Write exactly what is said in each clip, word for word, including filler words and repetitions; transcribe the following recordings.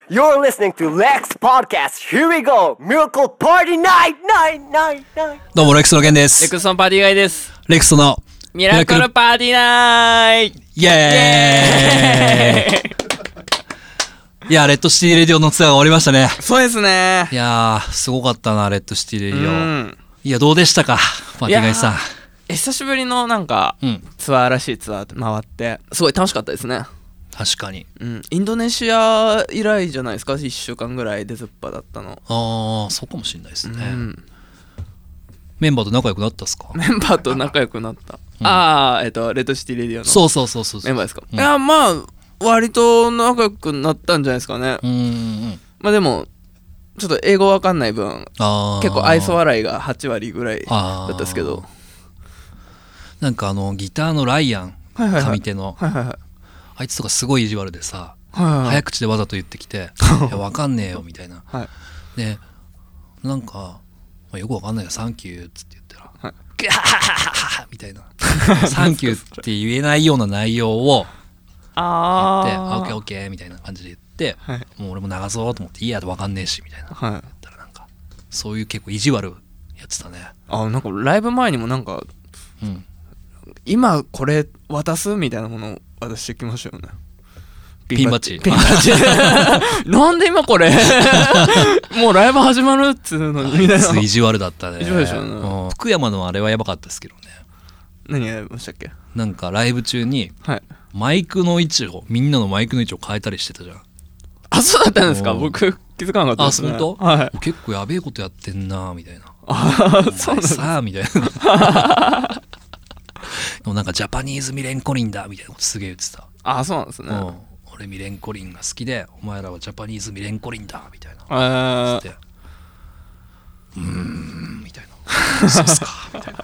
You're listening to Lex Podcast. Here we go. Miracle Party Night, night, night, night. どうもレクソのゲンです。 レクソンパーティーガイです。 レクソのミラクルパーティーナイト。 イエーイ。いやーレッドシティレディオのツアーが終わりましたね。 そうですね。 いやーすごかったなレッドシティレディオ。 うん。 いやどうでしたかパーティーガイさん。 久しぶりのなんか、うん、ツアーらしいツアー回ってすごい楽しかったですね。 確かに、 うん、インドネシア以来じゃないですか。いっしゅうかんぐらい出ずっぱだったの。 ああそうかもしれないですね、うん、メンバーと仲良くなったっすか？ メンバーと仲良くなった、うん、ああえっとレッドシティレディオのそうそうそうそうメンバーですか、うん、いやまあ割と仲良くなったんじゃないですかね。 うん、うん、 まあでもちょっと英語わかんない分結構愛想笑いがはちわりぐらいだったんですけど、 なんかあのギターのライアン、はいはいはい、上手の、 はいはいはい、 あいつとかすごい意地悪でさ、はいはいはい、早口でわざと言ってきていやわかんねえよみたいな、はい、でなんか、まあ、よくわかんないよサンキューっつって言ったら、はい、ギャハハハハみたいなサンキューって言えないような内容を言ってあオッケーオッケーみたいな感じで言って、はい、もう俺も流そうと思っていいやとわかんねえしみたいな、はい、だったらなんかそういう結構意地悪やってたね。 あなんかライブ前にもなんか、うん、今これ渡すみたいなものを渡してきましたよね。 ピンバッジピンバッジなんで今これもうライブ始まるっつうのにみたいな。 意地悪だったね。 意地悪でしょうね。 福山のあれはやばかったですけどね。 何やりましたっけ？ なんかライブ中にマイクの位置をみんなのマイクの位置を変えたりしてたじゃん。 あそうだったんですか？僕気づかなかったですね。 あ本当？はい。結構やべえことやってんなみたいな。 あそうなんですさあみたいなでもなんかジャパニーズミレンコリンだみたいなことすげえ言ってた。 あそうなんですね。 俺ミレンコリンが好きでお前らはジャパニーズミレンコリンだみたいな。 あーうーんみたいなそうっすかみたいな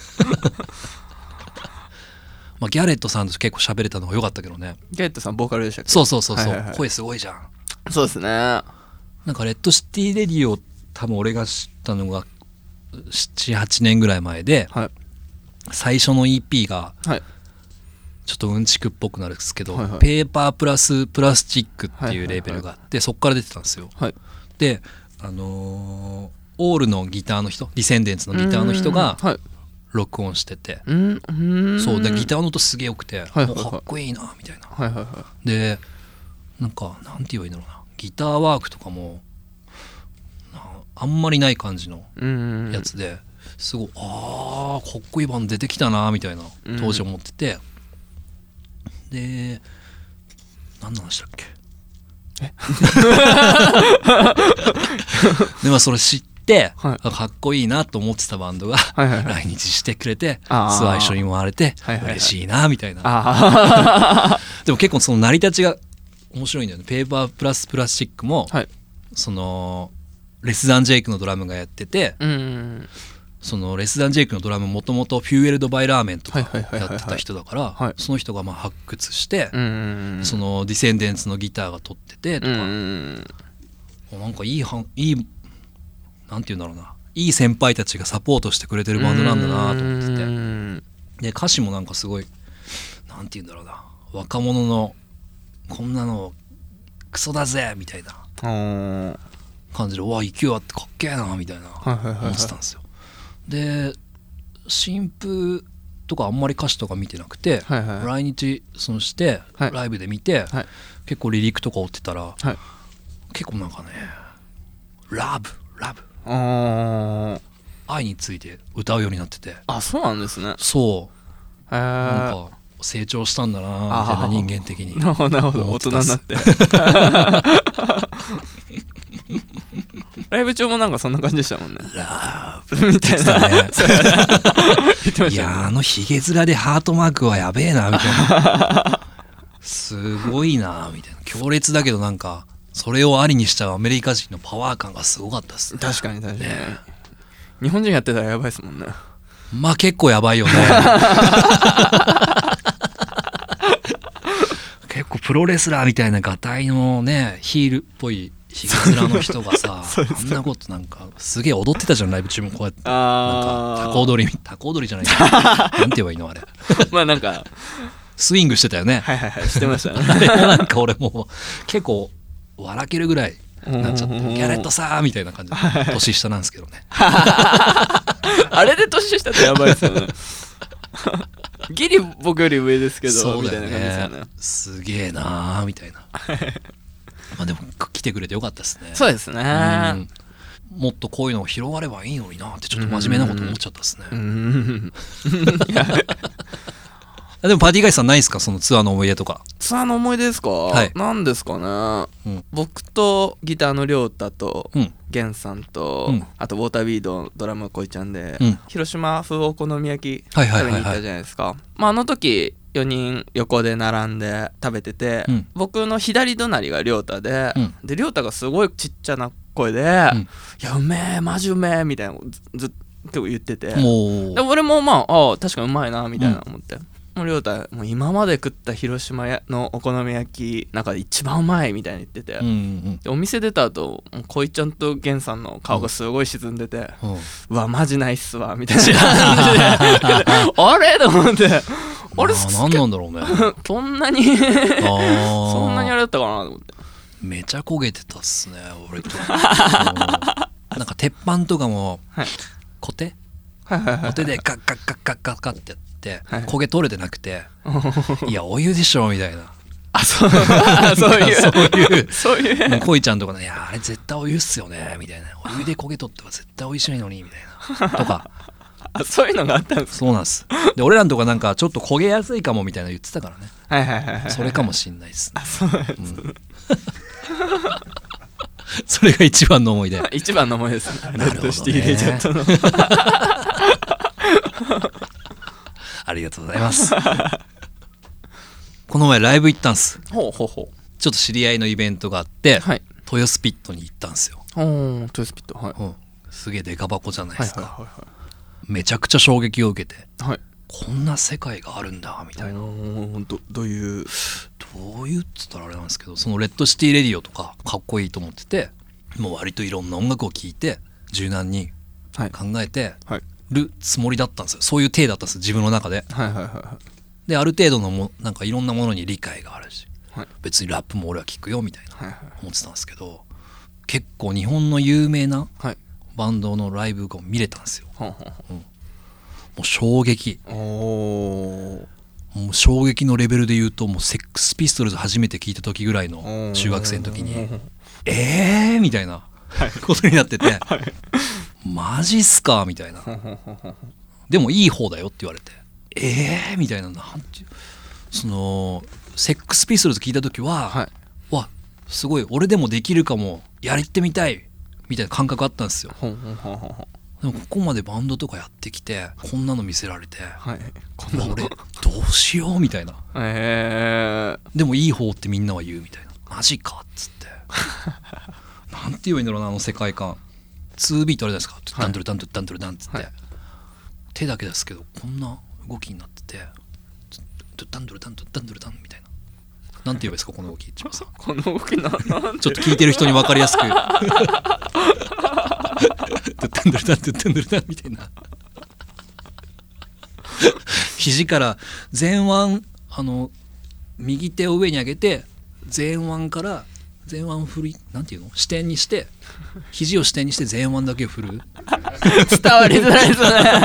まあギャレットさんと結構喋れたのが良かったけどね。 ギャレットさんボーカルでしたっけ？そうそうそうそう、はいはいはい、声すごいじゃん。 そうですね。 なんかレッドシティレディオ多分俺が知ったのがななはちねんぐらい前で、はい、最初の イーピー が、はいちょっとうんちくっぽくなるんですけど、はいはい、ペーパープラスプラスチックっていうレーベルがあって、はいはいはい、そこから出てたんですよ、はい、で、あのー、オールのギターの人ディセンデンツのギターの人が録音してて、 うん、うんそうでギターの音すげえよくて、はいはいはい、かっこいいなみたいな、 はいはいはい、 でなんかなんて言えばいいんだろうなギターワークとかもあんまりない感じのやつですごいあーかっこいいバンド出てきたなみたいな当時思ってて、で何の話だっけえでまあそれ知って、はい、かっこいいなと思ってたバンドが、はいはいはい、来日してくれてツアー一緒に回れて、はいはいはい、嬉しいなみたいなでも結構その成り立ちが面白いんだよね。ペーパープラスプラスチックも、はい、そのレス・ザン・ジェイクのドラムがやってて、うんうんうんそのレス・ザン・ジェイクのドラムもともとフューエルド・バイ・ラーメンとかやってた人だから、はいはいはいはい、その人がまあ発掘して、うんうんうん、そのディセンデンツのギターが撮っててとか、うんうんうん、なんかいいはいいなんていうんだろうないい先輩たちがサポートしてくれてるバンドなんだなと思ってて、うんうん、で歌詞もなんかすごいなんていうんだろうな若者のこんなのクソだぜみたいな感じでわ勢いあってかっけえなみたいな思ってたんですよ。で新風とかあんまり歌詞とか見てなくて、はいはいはい、来日そのして、はい、ライブで見て、はい、結構リリックとか追ってたら、はい、結構なんかねラブラブ愛について歌うようになってて。 あそうなんですね。 そうなんか成長したんだなみたいな人間的になるほどなるほど大人になってライブ中もなんかそんな感じでしたもんね。 ラブみたいな、ね、言ってましたね。いやあのヒゲ面でハートマークはやべえなみたいなすごいなみたいな強烈だけどなんかそれをありにしたアメリカ人のパワー感がすごかったっすね。 確かに確かに、ね、日本人やってたらやばいですもんね。 まあ結構やばいよね結構プロレスラーみたいなガタイのねヒールっぽいひげ面の人がさあんなことなんかすげえ踊ってたじゃんライブ中もこうやってなんかタコ踊りタコ踊りじゃないなんて言えばいいのあれまあなんかスイングしてたよね。 はいはいはいしてましたねあれもなんか俺も結構笑けるぐらいなっちゃって、ギャレットさーみたいな感じで年下なんですけどねあれで年下ってやばいですよねギリ僕より上ですけど、 そうだよね、 みたいな感じですよね。 すげえなーみたいなまあでも来てくれてよかったですね。 そうですね、うん、 もっとこういうのが広がればいいのになってちょっと真面目なこと思っちゃったですね。うんでもパーティーガイさんないですか、そのツアーの思い出とか。 ツアーの思い出ですか、はい、なんですかね、うん、僕とギターのりょうたと、うん、ゲンさんと、うん、あとウォータービードドラムこいちゃんで、うん、広島風お好み焼き食べに行ったじゃないですか。まああの時よにん横で並んで食べてて、うん、僕の左隣がりょうたで、うん、でりょうたがすごいちっちゃな声で、うん、いやうめえマジうめえみたいなずっと言ってて、で俺もまああ確かにうまいなみたいな思って、うんもうりょうたもう今まで食った広島のお好み焼き中で一番うまいみたいに言ってて、うんうん、でお店出た後こいちゃんとゲンさんの顔がすごい沈んでて、うん、うわマジないっすわみたいな感じであれと思ってあれ何なんだろうねそんなにそんなにあれだったかなと思って、 めちゃ焦げてたっすね俺となんか鉄板とかも、はい、コテコテでガッガッガッガッガッガッってやってはい、焦げ取れてなくていやお湯でしょみたいな、 あそうそういうそういうそういうもうこいちゃんとかね、いやあれ絶対お湯っすよねみたいな、お湯で焦げ取っては絶対おいしいのにみたいなとかあそういうのがあったんですか。 そうなんです。で俺らのとかなんかちょっと焦げやすいかもみたいな言ってたからね。 はいはいはい、はい、 それかもしんないです、ね、 あそうなんです、うん、 それが一番の思い出一番の思い出ですね。レッドシティレジェンドのありがとうございますこの前ライブ行ったんす。 ほうほうほう。 ちょっと知り合いのイベントがあって、はい、豊洲ピットに行ったんですよ。 豊洲ピット、はい、うん、 すげえデカ箱じゃないですか、はいはいはいはい、めちゃくちゃ衝撃を受けて、はい、こんな世界があるんだみたいな。 ど, どういうどういうっつったらあれなんですけど、そのレッドシティレディオとかかっこいいと思ってて、もう割といろんな音楽を聴いて柔軟に考えてるつもりだったんですよ。そういう体だったんです自分の中で、はいはいはいはい、である程度のもなんかいろんなものに理解があるし、はい、別にラップも俺は聴くよみたいな思ってたんですけど、結構日本の有名なバンドのライブが見れたんですよ、はい、うん、もう衝撃、おもう衝撃のレベルで言うと、もうセックスピストルズ初めて聞いた時ぐらいの中学生の時にえーみたいなことになってて、はい、マジっすかみたいなでもいい方だよって言われて、えーみたいな、なんていう、そのセックスピストルズ聞いた時は、はい、わすごい俺でもできるかも、やりてみたいみたいな感覚あったんですよ。でもここまでバンドとかやってきてこんなの見せられて、はい、こんな俺どうしようみたいな、えー、でもいい方ってみんなは言うみたいな、マジかっつってなんて言えばいいんだろうな、あの世界観。ツービートあれですか、ダンドルダンドルダンドルダンっつって、はい、手だけですけどこんな動きになってて、ダンドルダンドルダンドルダンみたいな、なんて言えばいいですかこの動き。一番さこの動きななんちょっと聞いてる人に分かりやすくドゥッタンドゥルタンドゥッタンドゥルタンみたいな肘から前腕、あの右手を上に上げて前腕から前腕振り、なんていうの、支点にして肘を支点にして前腕だけを振る伝わりづらいです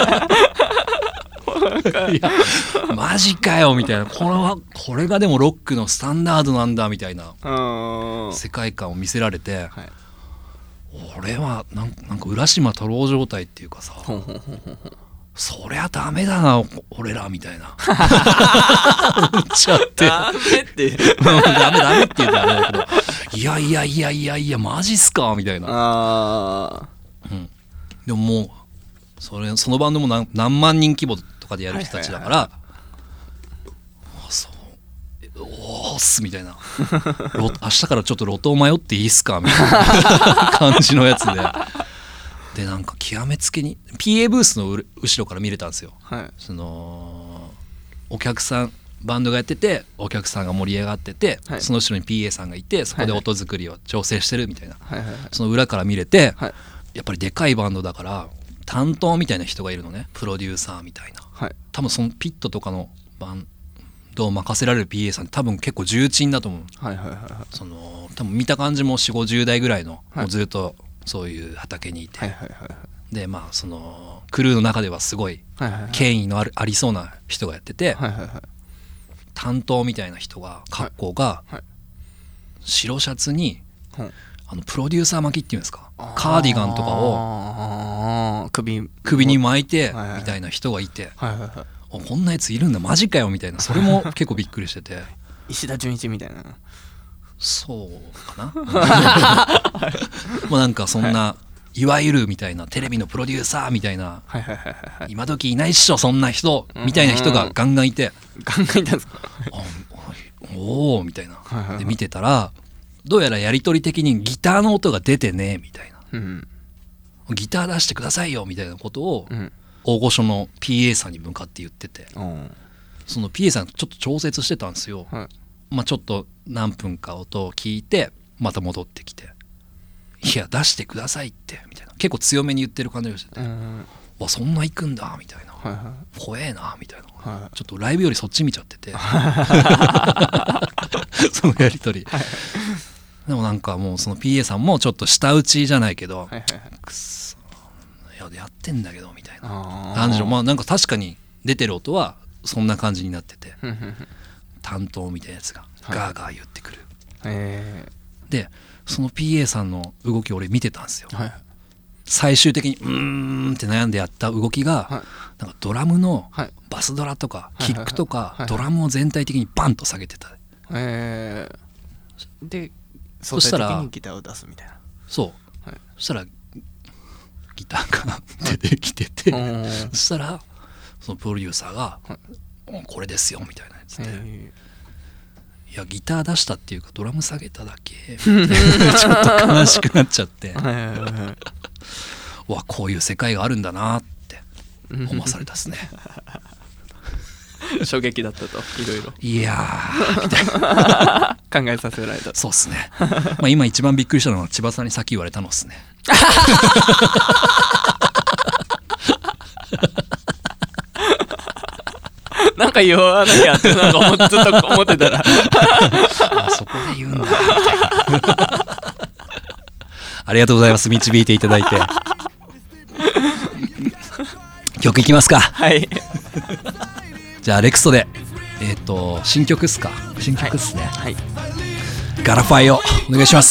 ねいやマジかよみたいな、これはこれがでもロックのスタンダードなんだみたいな世界観を見せられて、はい、俺はなんか浦島太郎状態っていうかさそりゃダメだな俺らみたいな思っちゃってダメってダメダメって言うとあれだけどいやいやいやいやいやマジっすかみたいな。あ、うん、でももうそれそのバンドも 何, 何万人規模とかでやる人たちだから、はいはいはい、そうおーっすみたいな明日からちょっと路頭迷っていいっすかみたいな感じのやつででなんか極めつけに ピーエー ブースの後ろから見れたんですよ、はい、そのお客さんバンドがやっててお客さんが盛り上がってて、はい、その後ろに ピーエー さんがいてそこで音作りを調整してるみたいな、はいはいはい、その裏から見れて、はい、やっぱりでかいバンドだから担当みたいな人がいるのね、プロデューサーみたいな、はい、多分そのピットとかのバンと任せられる ピーエー さんって多分結構重鎮だと思う、 はいはいはいはい、 その多分見た感じも よんじゅうごじゅう代ぐらいの、はい、もうずっとそういう畑にいて、はいはいはいはい、でまあそのクルーの中ではすごい権威のある、ありそうな人がやってて、はいはいはい、担当みたいな人が格好が、はいはい、白シャツに、はい、あのプロデューサー巻きっていうんですか、カーディガンとかを 首, 首に巻いてみたいな人がいて、はいはいはい、おこんなやついるんだマジかよみたいな、それも結構びっくりしてて石田純一みたいな、 そうかなもうなんかそんな、はい、いわゆるみたいなテレビのプロデューサーみたいな、はいはいはいはい、今時いないっしょそんな人みたいな人がガンガンいて、 ガンガンいたんですかおおみたいな、はいはいはい、で見てたらどうやらやり取り的にギターの音が出てねみたいな、うん、ギター出してくださいよみたいなことを、うん、大御所の ピーエー さんに向かって言ってて、うん、その ピーエー さんちょっと調節してたんですよ、はい、まあ、ちょっと何分か音を聞いてまた戻ってきて、いや出してくださいってみたいな結構強めに言ってる感じがしてて、うん、わそんな行くんだみたいな、はいはい、怖えなみたいな、はい、ちょっとライブよりそっち見ちゃっててそのやり取り、はい、でもなんかもうその ピーエー さんもちょっと舌打ちじゃないけど、はいはいはい、くっそいややってんだけどみたいな感じの、まあなんか確かに出てる音はそんな感じになってて担当みたいなやつがガーガー言ってくる、はい、でその ピーエー さんの動きを俺見てたんですよ、はい、最終的にうーんって悩んでやった動きが、はい、なんかドラムのバスドラとかキックとかドラムを全体的にバンと下げてた、 えー、で相対的にギターを出すみたいな、 そう、はい、そしたらギターが出てきてて、そしたらそのプロデューサーが、はい、これですよみたいなやつで、えー、いやギター出したっていうかドラム下げただけちょっと悲しくなっちゃってわこういう世界があるんだなって思わされたっすね衝撃だったといろいろいやーみたいな考えさせられた。 そうっすね、まあ、今一番びっくりしたのは千葉さんにさっき言われたのっすねなんか言わなきゃってなんかずっと思ってたらあそこで言うんだみたいなありがとうございます、導いていただいて曲いきますか。 はいじゃあレクストでえっ、ー、と新曲っすか。新曲っすね、はいはい、ガラファイをお願いします。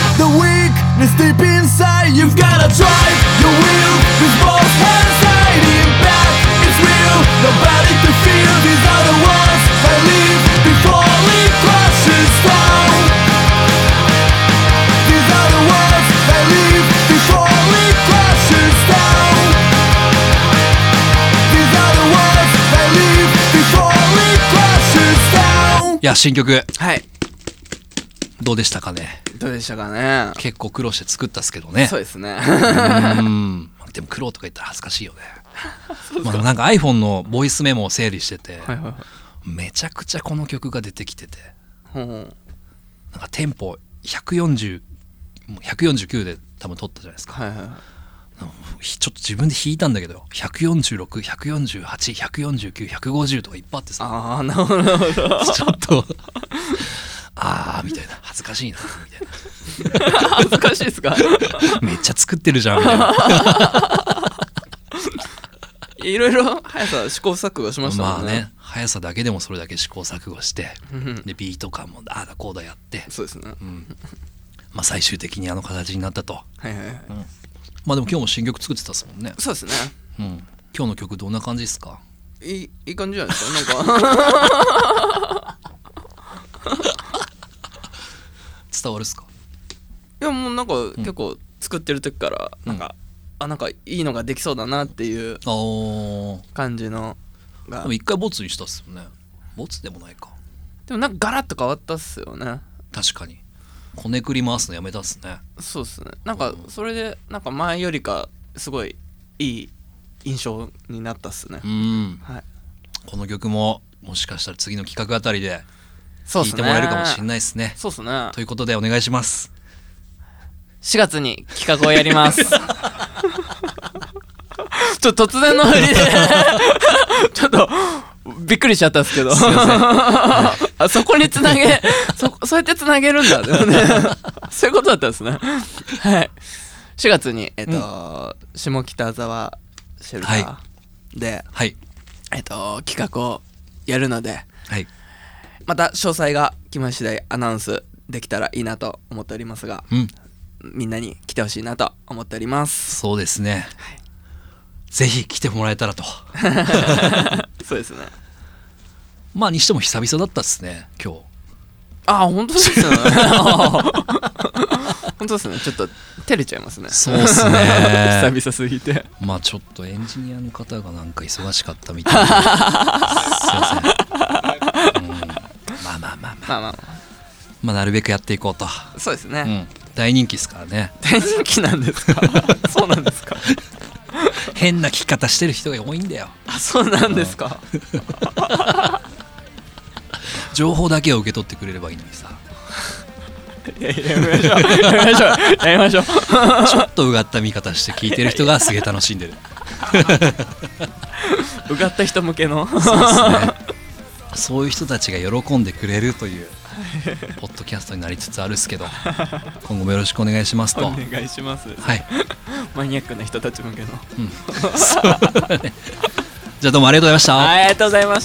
Deep inside, you've gotta drive your will with both hands hiding. いや新曲はいどうでしたかね。 どうでしたかね。 結構苦労して作ったっすけどね。 そうですね。 うんでも苦労とか言ったら恥ずかしいよね。まあ、なんか iPhone のボイスメモを整理してて、はいはいはい、めちゃくちゃこの曲が出てきてて、ほうほう、なんかテンポひゃくよんじゅう、ひゃくよんじゅうきゅうで多分撮ったじゃないですか、はいはいはい、ちょっと自分で弾いたんだけどひゃくよんじゅうろく、ひゃくよんじゅうはち、ひゃくよんじゅうきゅう、ひゃくごじゅうとかいっぱいあってさ、 ああなるほどちょっとあーみたいな、恥ずかしいなみたいな恥ずかしいですかめっちゃ作ってるじゃんみたいな。 いろいろ速さ試行錯誤しましたもんね。 まあね、速さだけでもそれだけ試行錯誤してでビート感もああだこうだやって、 そうですね、うん、 まあ最終的にあの形になったと。はいはいはい、うん、まあでも今日も新曲作ってたっすもんね。 そうですね、 うん、今日の曲どんな感じですか。 いい、いい感じじゃないですか。なんか伝わるっすか。 いやもうなんか結構作ってる時からなんか、うん、あなんかいいのができそうだなっていう感じのが。 でも一回ボツにしたっすよね。ボツでもないか。 でもなんかガラッと変わったっすよね。 確かにこねくり回すのやめたっすね。 そうっすね。なんかそれでなんか前よりかすごいいい印象になったっすね。うん、 はい、この曲ももしかしたら次の企画あたりで聴いてもらえるかもしれないですね。 そうっすね。 ということでお願いします。 しがつに企画をやりますちょっと突然の振りでちょっとびっくりしちゃったんですけどすいませんあそこにつなげ そ, そうやってつなげるんだでも、ね、そういうことだったんですね。はい、しがつに、えっとうん、下北沢シェルターで、はい、えっと、企画をやるので、はい、また詳細が決まり次第アナウンスできたらいいなと思っておりますが、うん、みんなに来てほしいなと思っております。 そうですね、はい、ぜひ来てもらえたらとそうですね。 まあにしても久々だったっすね今日。 ああ本当ですね本当ですね。ちょっと照れちゃいますね。 そうっすね久々すぎて。 まあちょっとエンジニアの方がなんか忙しかったみたいなすいません、うん、まあまあまあまあまあまあまあなるべくやっていこうと。 そうですね、 うん、大人気ですからね。 大人気なんですかそうなんですか変な聞き方してる人が多いんだよ。 あそうなんですか、うん、 情報だけを受け取ってくれればいいのにさ。 いやいややめましょうやめましょうやめましょうちょっとうがった見方して聞いてる人がすげえ楽しんでるうがった人向けのそうですね。そういう人たちが喜んでくれるというポッドキャストになりつつあるっすけど今後もよろしくお願いしますと。 お願いします。 はい、 マニアックな人たち向けの、 うん、そうね。じゃあどうもありがとうございました。 ありがとうございました。